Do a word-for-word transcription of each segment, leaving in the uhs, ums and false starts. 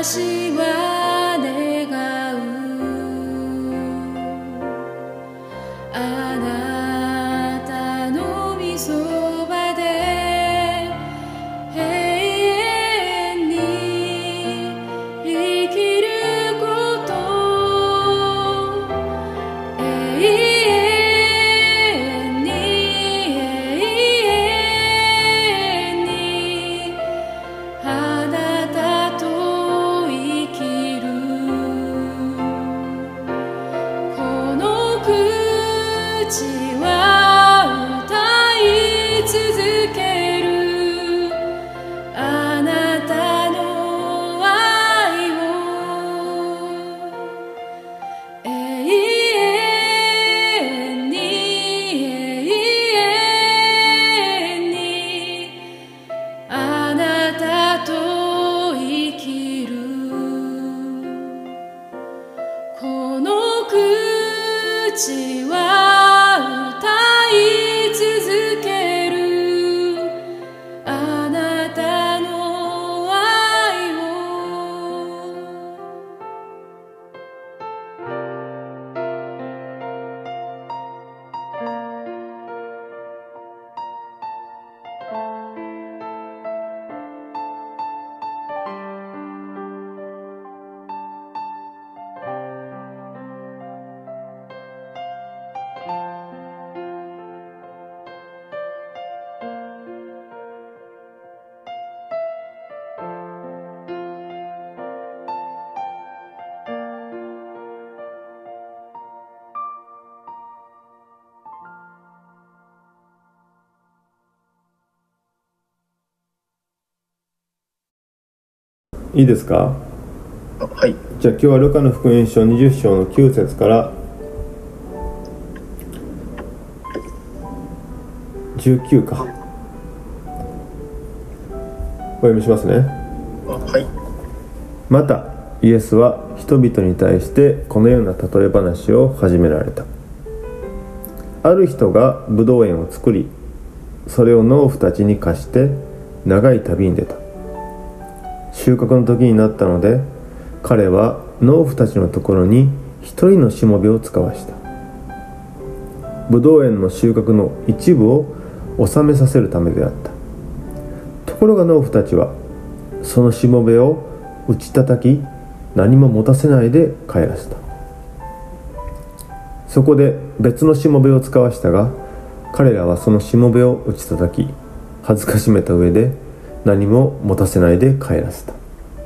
私は願う、あなたの御そばで永遠に生きること、永遠に永遠にあなたと生きる。この口は歌い続ける、あなたの愛を永遠に永遠にあなたと生きる。この口は歌い続ける、あなたの愛を。 いいですか。 はい。 じゃあ今日はルカの福音書にじゅっ章のきゅう節からじゅうきゅうかお読みしますね。 はい。 またイエスは人々に対してこのような例え話を始められた。ある人がブドウ園を作り、それを農夫たちに貸して長い旅に出た。収穫の時になったので、彼は農夫たちのところに一人のしもべを使わした。ブドウ園の収穫の一部を納めさせるためであった。ところが農夫たちはそのしもべを打ち叩き、何も持たせないで帰らせた。そこで別のしもべを使わしたが、彼らはそのしもべを打ち叩き、恥ずかしめた上で何も持たせないで帰らせた。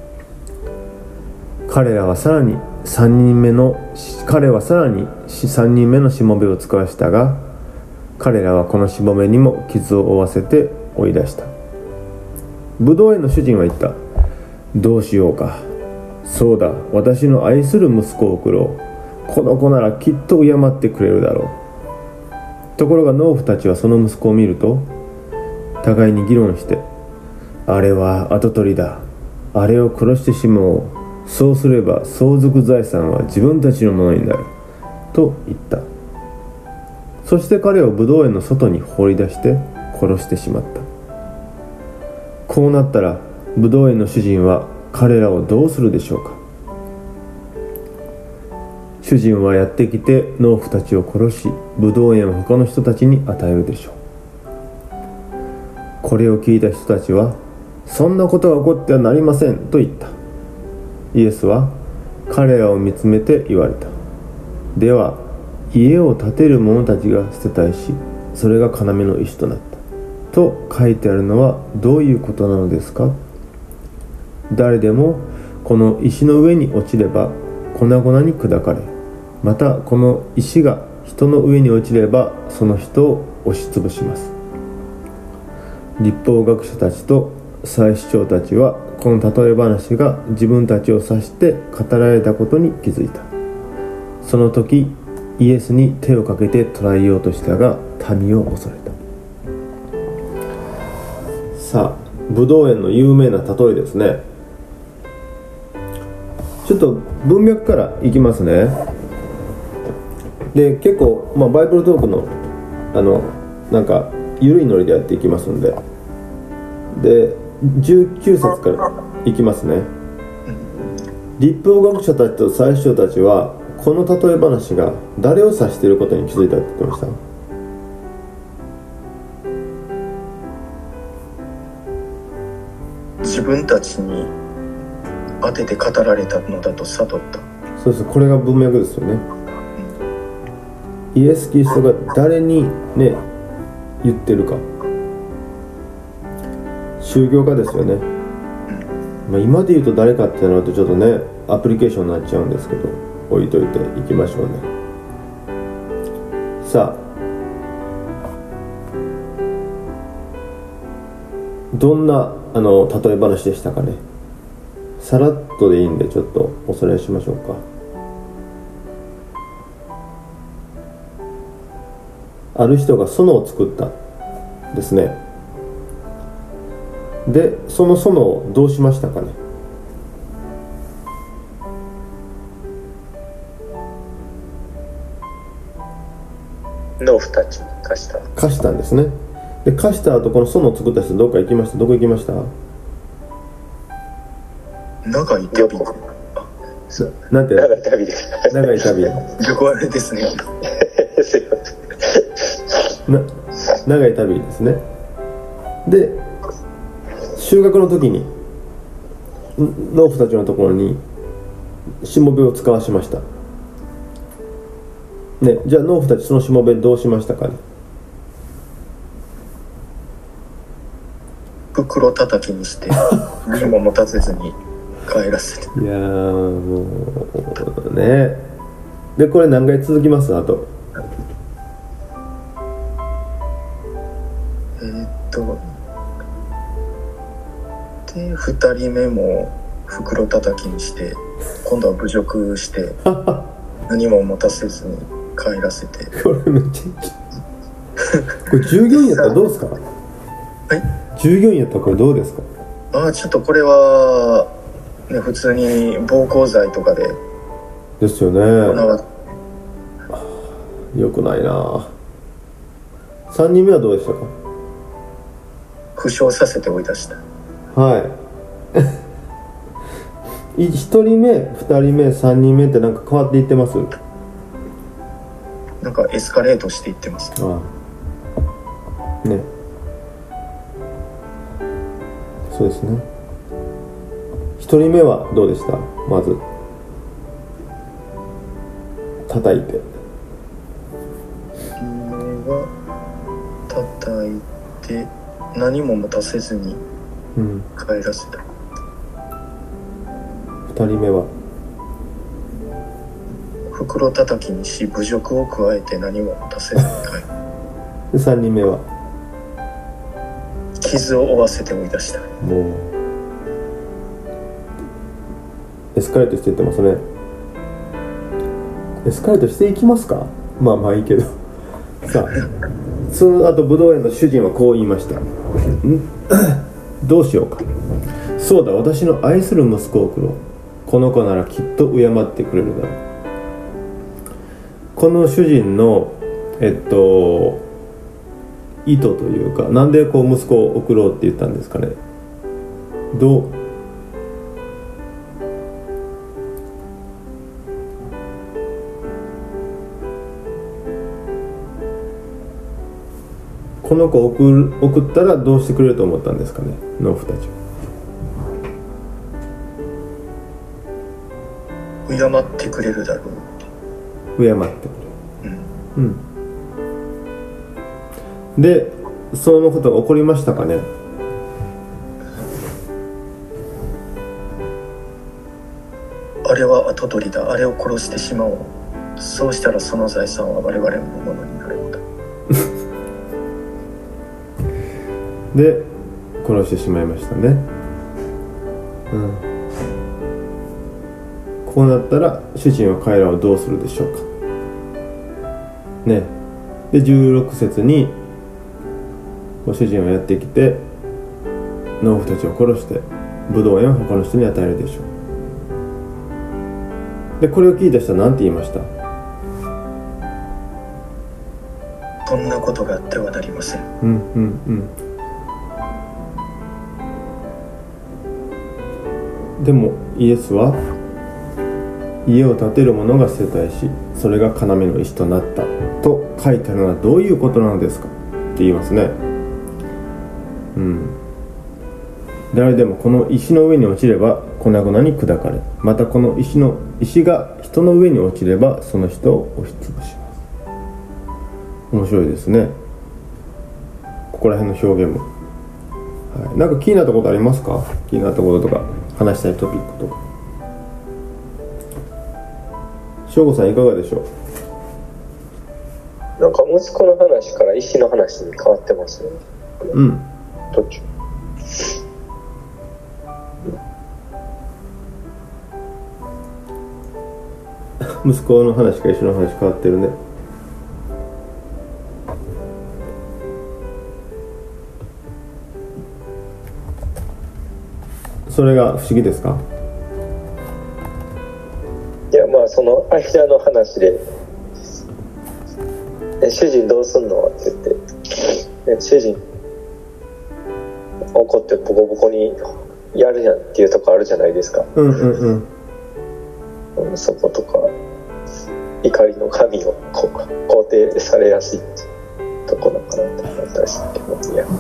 彼らはさらに3人目の彼はさらにさんにんめのしもべを使わしたが、彼らはこのしもべにも傷を負わせて追い出した。ブドウ園の主人は言った。どうしようか。そうだ、私の愛する息子を送ろう。この子ならきっと敬ってくれるだろう。ところが農夫たちはその息子を見ると、互いに議論して、あれは跡取りだ。あれを殺してしまおう。そうすれば相続財産は自分たちのものになる。と言った。そして彼をブドウ園の外に放り出して殺してしまった。こうなったらブドウ園の主人は彼らをどうするでしょうか。主人はやってきて農夫たちを殺し、ブドウ園を他の人たちに与えるでしょう。これを聞いた人たちは、そんなことが起こってはなりませんと言った。イエスは彼らを見つめて言われた。では家を建てる者たちが捨てた石、それが要の石となったと書いてあるのはどういうことなのですか。誰でもこの石の上に落ちれば粉々に砕かれ、またこの石が人の上に落ちればその人を押しつぶします。律法学者たちと祭司長たちはこの例え話が自分たちを指して語られたことに気づいた。その時イエスに手をかけて捕らえようとしたが民を恐れた。さあ、ブドウ園の有名な例えですね。ちょっと文脈からいきますね。で、結構、まあ、バイブルトークのあのなんか緩いノリでやっていきますんで、でじゅうきゅう節からいきますね。 立法学者たちと祭司長たちはこの例え話が誰を指していることに気づいたって言ってました。 自分たちに当てて語られたのだと悟った。 そうです。これが文脈ですよね。イエス・キリストが誰にね言ってるか。宗教家ですよね。まあ、今で言うと誰かってなるとちょっとねアプリケーションになっちゃうんですけど、置いといていきましょうね。さあ、どんなあの例え話でしたかね。さらっとでいいんでちょっとおさらいしましょうか。ある人が園を作ったですね。でその園をどうしましたかね。 農夫たちに貸した。 貸したんですね。で貸した後この園を作った人どっか行きました。どこ行きました。 長い旅。 なんて長い旅です。 長い旅横あれですね。 すいません。 な長い旅ですね。で収穫の時に農夫たちのところにしもべを使わしましたね。じゃあ農夫たちそのしもべどうしましたかね。 袋叩きにして何も持たせずに帰らせて。 いやーもうね。でこれ何回続きます。あとえー、っとでふたりめも袋叩きにして今度は侮辱して何も持たせずに帰らせて。 これめっちゃいい。これ従業員やったらどうですか。 はい。 従業員やったらこれどうですか。 ああちょっとこれはね普通に暴行罪とかでですよね。よくないな。さんにんめはどうでしたか。 負傷させて追い出した。 はいひとりめふたりめさんにんめってなんか変わっていってます。 なんかエスカレートしていってます。 ああね、そうですね。ひとりめはどうでした。まず叩いて。 ひとりめは叩いて何も持たせずに帰らせた。 ふたりめは袋叩きにし侮辱を加えて何も持たせずに帰る。 でさんにんめは傷を負わせて追い出した。 もうエスカレートしていってますね。エスカレートしていきますか。まあまあいいけどさあその後ブドウ園の主人はこう言いました。んどうしようか。そうだ、私の愛する息子を送ろう。この子ならきっと敬ってくれるだろう。この主人のえっと意図というか、なんでこう息子を送ろうって言ったんですかね。どうこの子を送る送ったらどうしてくれると思ったんですかね、農夫たちは。敬ってくれるだろうって。 敬ってくれる。うん、うん、でそのことが起こりましたかね。 あれは跡取りだ、あれを殺してしまおう。そうしたらその財産は我々のものになるのだ。 で殺してしまいましたね。うん、こうなったら主人は彼らをどうするでしょうかね。でじゅうろく節にご主人はやってきて農夫たちを殺してブドウ園を他の人に与えるでしょう。でこれを聞いた人は何て言いました。 こんなことがあってはなりません。 うんうんうん。でもイエスは家を建てる者が世帯し、それが要の石となったと書いてあるのはどういうことなのですかって言いますね。うん。誰でもこの石の上に落ちれば粉々に砕かれ、またこの石の石が人の上に落ちればその人を押しつぶします。面白いですね。ここら辺の表現も、はい、なんか気になったことありますか？気になったこととか話したいトピックとか。翔吾さんいかがでしょう？なんか息子の話から石の話に変わってますね。 うん。 途中。 息子の話か石の話変わってるね。それが不思議ですか？ いや、まあその間の話で「主人どうすんの?」って言って、ね、主人怒ってボコボコにやるじゃんっていうとこあるじゃないですか。 うんうんうん、そことか怒りの神をこう肯定されやすいとこだからと思ったりするけど、いや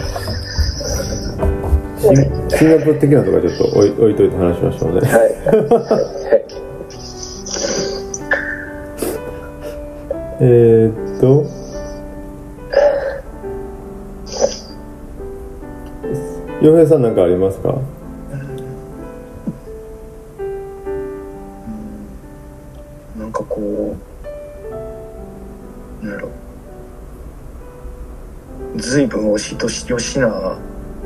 シンガポール的なところはちょっと置い、置いといて話しましょうね。 はい、はいえーっと洋平さんなんかありますか？ なんかこうなんやろ、随分おしとしよしな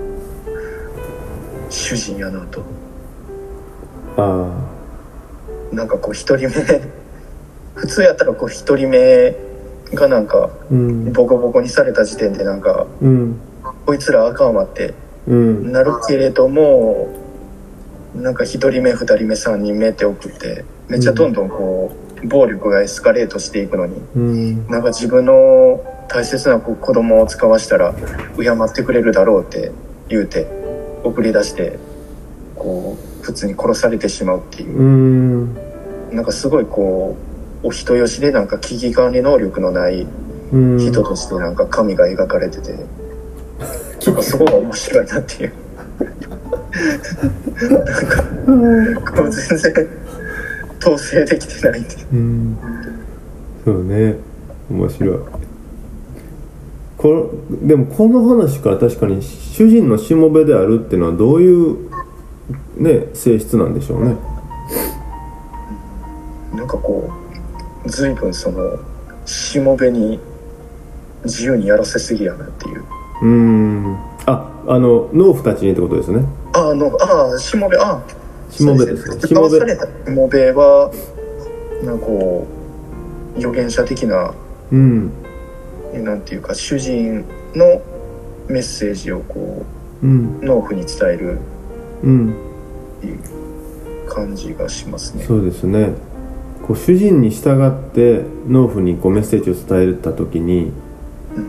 主人やなと。 ああ、なんかこう一人目普通やったらこう一人目がなんかボコボコにされた時点でなんか、うん、こいつらあかんわってなるけれども、うん、なんか一人目二人目三人目って送ってめっちゃどんどんこう暴力がエスカレートしていくのに、うん、なんか自分の大切な子供を使わしたら敬ってくれるだろうって言うて送り出してこう普通に殺されてしまうっていう、うん、なんかすごいこうお人よしでなんか危機管理能力のない人としてなんか神が描かれてて、なんかすごい面白いなっていうなんかこう全然統制できてないんで、うん、 そうね、面白い。これでもこの話から確かに主人のしもべであるっていうのはどういうね性質なんでしょうね。 なんかこう随分そのしもべに自由にやらせすぎやなっていう。 うーん、あ、あの農夫たちにってことですね。 ああ、のああしもべ、ああしもべですね。 しもべされたしもべはなんかこう預言者的な、うん、なんていうか主人のメッセージをこう、うん、農夫に伝えるっていう感じがしますね。 そうですね。こう主人に従って農夫にこうメッセージを伝えた時に、うん、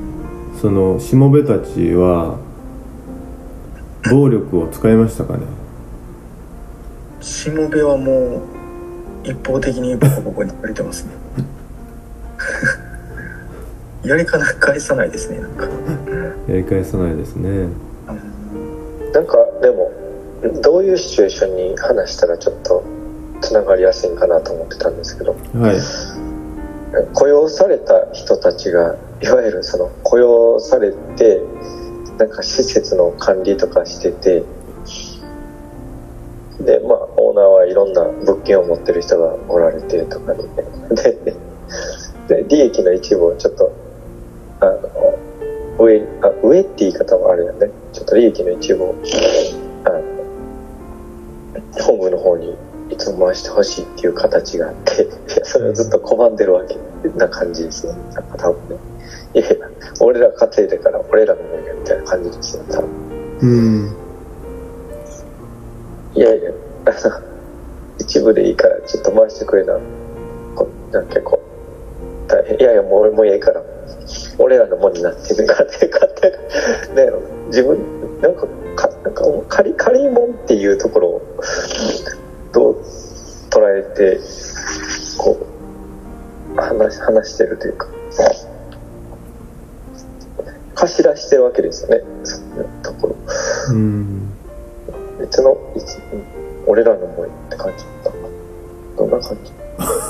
そのしもべたちは暴力を使いましたかね。 しもべはもう一方的にボコボコにされてますねやり返さないですね。なんかやり返さないですね。 なんかでもどういうシチュエーションに話したらちょっとつながりやすいんかなと思ってたんですけど、はい、雇用された人たちがいわゆるその雇用されてなんか施設の管理とかしてて、でまあオーナーはいろんな物件を持ってる人がおられてとかで、で, で利益の一部をちょっとあの 上, あ上って言い方もあるよね。ちょっと利益の一部をあの本部の方にいつも回してほしいっていう形があって、いやそれをずっと拒んでるわけな感じですね。なんか多分ね、いやいや俺ら稼いでから俺らのもんやみたいな感じですよ多分。うん。いやいやあの一部でいいからちょっと回してくれな。こなんか結構大変。いやいやもう俺もいいから俺らのもんになってるからって勝手ね、自分なんかかなんか借り借りもんっていうところをどう捉えて話してるというか貸し出してるわけですよね、そんなところ。うん、別の俺らの思いって感じだった。どんな感じ？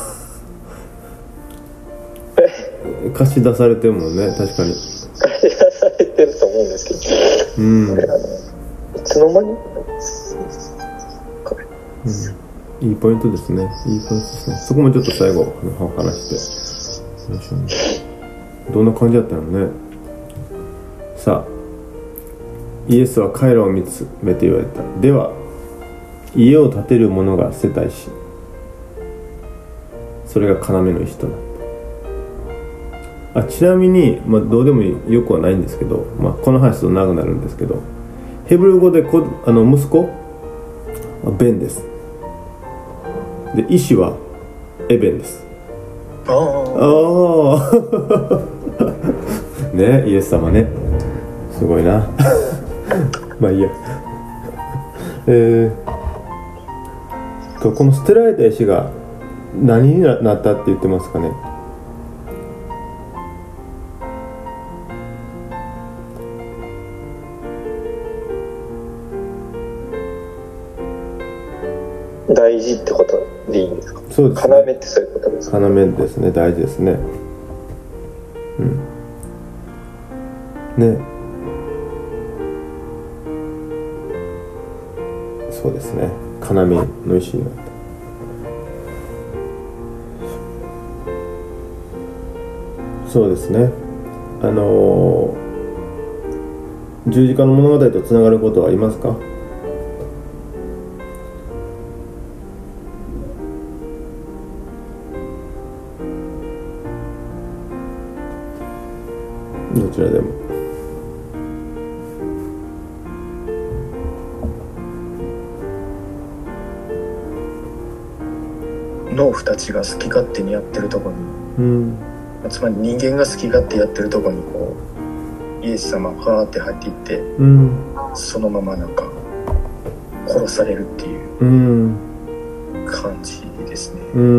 貸し出されてるもんね、確かに。 貸し出されてると思うんですけど、うん、俺らのいつの間にこれ、 うん、いいポイントですね。いいポイントですね。そこもちょっと最後話して、どんな感じだったのね。さあ、イエスは彼らを見つめて言われた。では家を建てる者が世帯し、それが要の石となった。あ、ちなみに、まあ、どうでもよくはないんですけど、まあ、この話と長くなるんですけど、ヘブル語でこあの息子はベンです。で、石はエベンです。ああね、イエス様ね、すごいなまあいいや。えーとこの捨てられた石が何になったって言ってますかね。 大事ってことでいいんですか？ そうですね。 要ってそういうことですか？ 要ですね。大事ですね。うん。ね。そうですね。要の石になった。そうですね。あのー、十字架の物語とつながることはありますか？どちらでも。 農夫たちが好き勝手にやってるところに、うん、つまり人間が好き勝手やってるところにこうイエス様がファーって入っていって、うん、そのままなんか殺されるっていう感じですね。うん、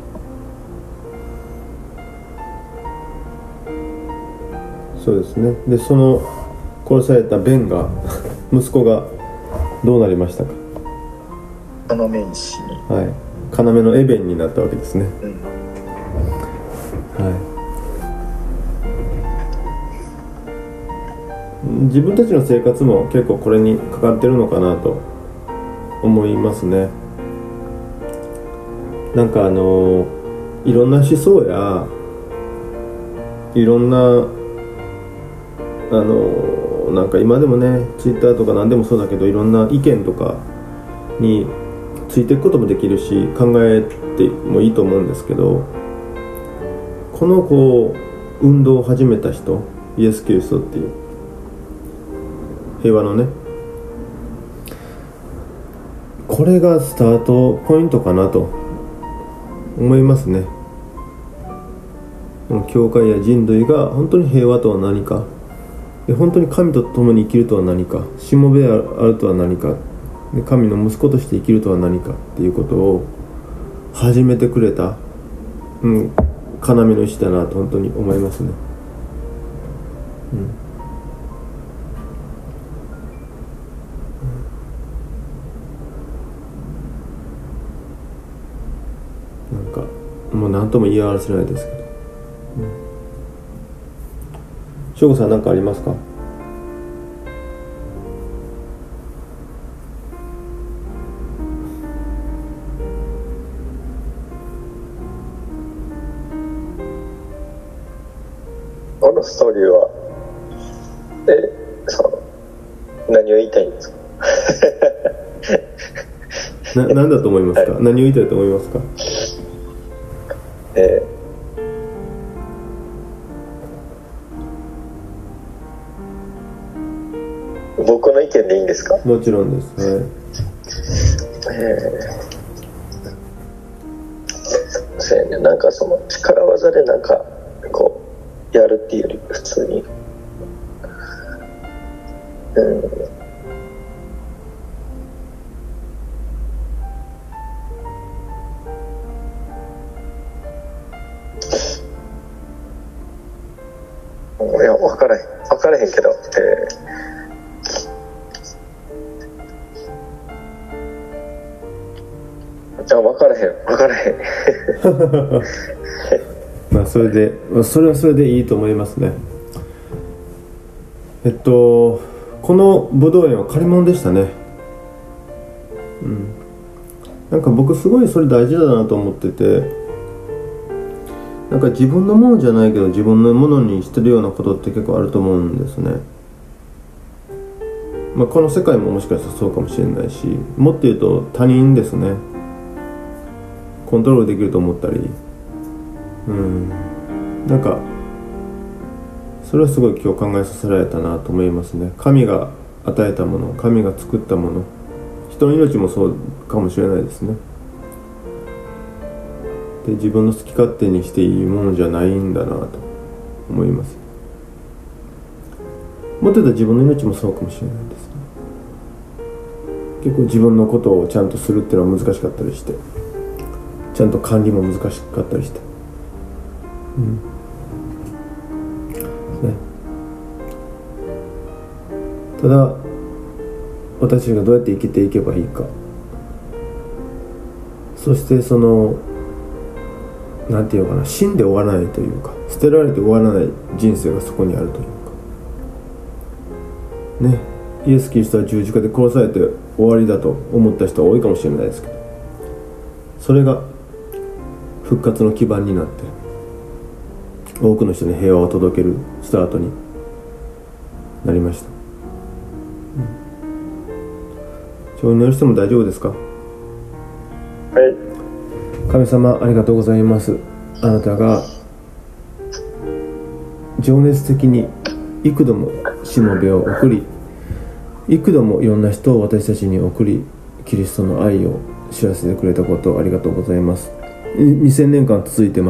そうですね。でその殺されたベンが息子がどうなりましたか？ 要石に、 はい、要のエベンになったわけですね。うん、はい。自分たちの生活も結構これにかかってるのかなと思いますね。なんかあのいろんな思想やいろんなあのなんか今でもねツイッターとか何でもそうだけどいろんな意見とかについていくこともできるし考えてもいいと思うんですけど、このこう運動を始めた人イエス・キリストっていう平和のね、これがスタートポイントかなと思いますね。教会や人類が本当に平和とは何か、本当に神と共に生きるとは何か、しもべであるとは何か、神の息子として生きるとは何かっていうことを始めてくれた、うん、要の石だなと本当に思いますね。うん、なんかもう何とも言い表せないですけど。翔吾さん何かありますか？ このストーリーはえそう何を言いたいんですか？ な何だと思いますか？はい、何を言いたいと思いますか？ えー僕の意見でいいんですか？ もちろんです。はい。 えー、そうやね。なんかその力技でなんかこうやるっていうより普通に、うん、 あ、分からへん分からへんまあそれでそれはそれでいいと思いますね。えっとこのぶどう園は借り物でしたね。うん、なんか僕すごいそれ大事だなと思ってて、なんか自分のものじゃないけど自分のものにしてるようなことって結構あると思うんですね。まあこの世界ももしかしたらそうかもしれないし、もっと言うと他人ですね。コントロールできると思ったり、うん、なんかそれはすごい今日考えさせられたなと思いますね。神が与えたもの、神が作ったもの、人の命もそうかもしれないですね。で、自分の好き勝手にしていいものじゃないんだなと思います。もっと言うと自分の命もそうかもしれないですね。結構自分のことをちゃんとするっていうのは難しかったりして、ちゃんと管理も難しかったりして、うんね、ただ私がどうやって生きていけばいいか、そしてそのなんていうのかな、死んで終わらないというか、捨てられて終わらない人生がそこにあるというかね。イエス・キリストは十字架で殺されて終わりだと思った人は多いかもしれないですけど、それが復活の基盤になって多くの人に平和を届けるスタートになりました。お祈りしても大丈夫ですか？ はい。 神様、ありがとうございます。あなたが情熱的に幾度もしもべを送り、幾度もいろんな人を私たちに送り、キリストの愛を知らせてくれたことをありがとうございます。にせんねんかん続いてます。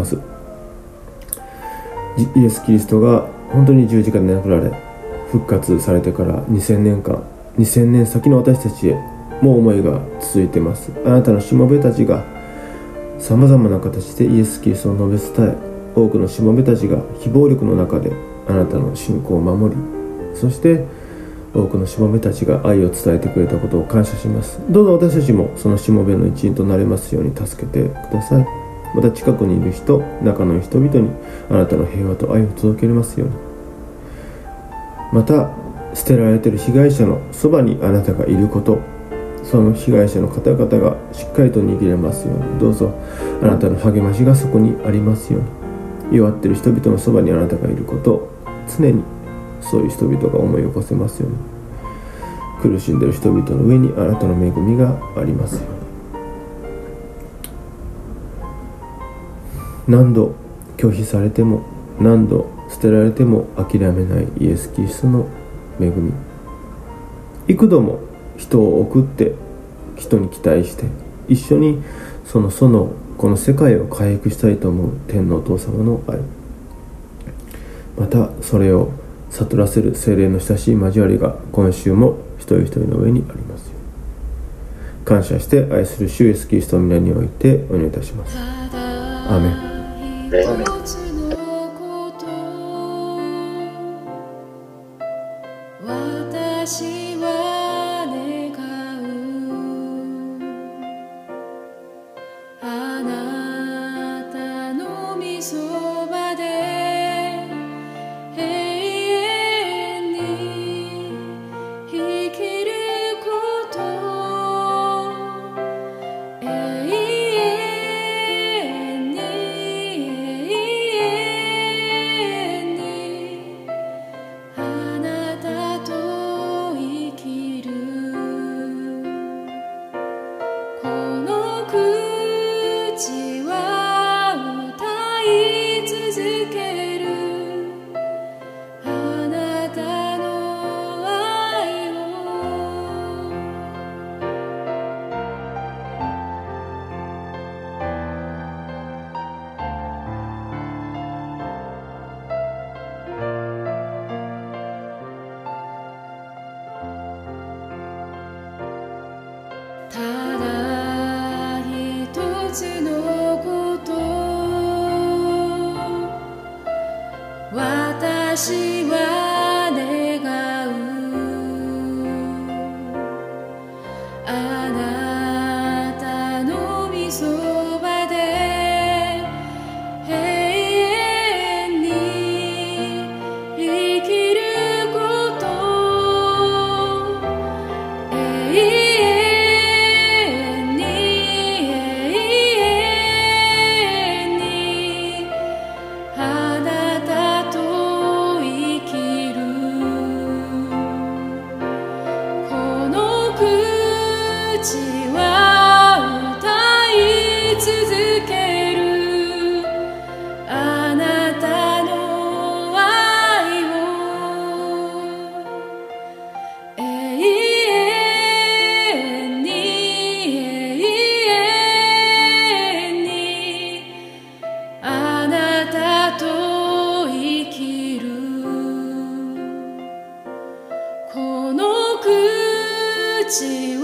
イエス・キリストが本当に十字架で亡くなられ復活されてからにせんねんかん、にせんねん先の私たちへもう思いが続いています。あなたのしもべたちがさまざまな形でイエス・キリストを述べ伝え、多くのしもべたちが非暴力の中であなたの信仰を守り、そして多くのしもべたちが愛を伝えてくれたことを感謝します。どうぞ私たちもそのしもべの一員となれますように助けてください。また近くにいる人、中の人々にあなたの平和と愛を届けますように。また捨てられている被害者のそばにあなたがいること、その被害者の方々がしっかりと握れますように。どうぞあなたの励ましがそこにありますように。弱っている人々のそばにあなたがいることを常にそういう人々が思い起こせますように。苦しんでいる人々の上にあなたの恵みがありますように。何度拒否されても、何度捨てられても諦めないイエス・キリストの恵み、幾度も人を送って人に期待して一緒にそのそのこの世界を回復したいと思う天のお父様の愛、またそれを悟らせる聖霊の親しい交わりが今週も一人一人の上にありますように。感謝して愛する主イエス・キリストの皆においてお願いいたします。アーメン。 一つのこと私は願う、あなたの御そばで永遠に生きること、永遠にあなたと生きる、この口は歌い続けるあなたの愛を。ただ一つのこと私は願う、あなたの御ち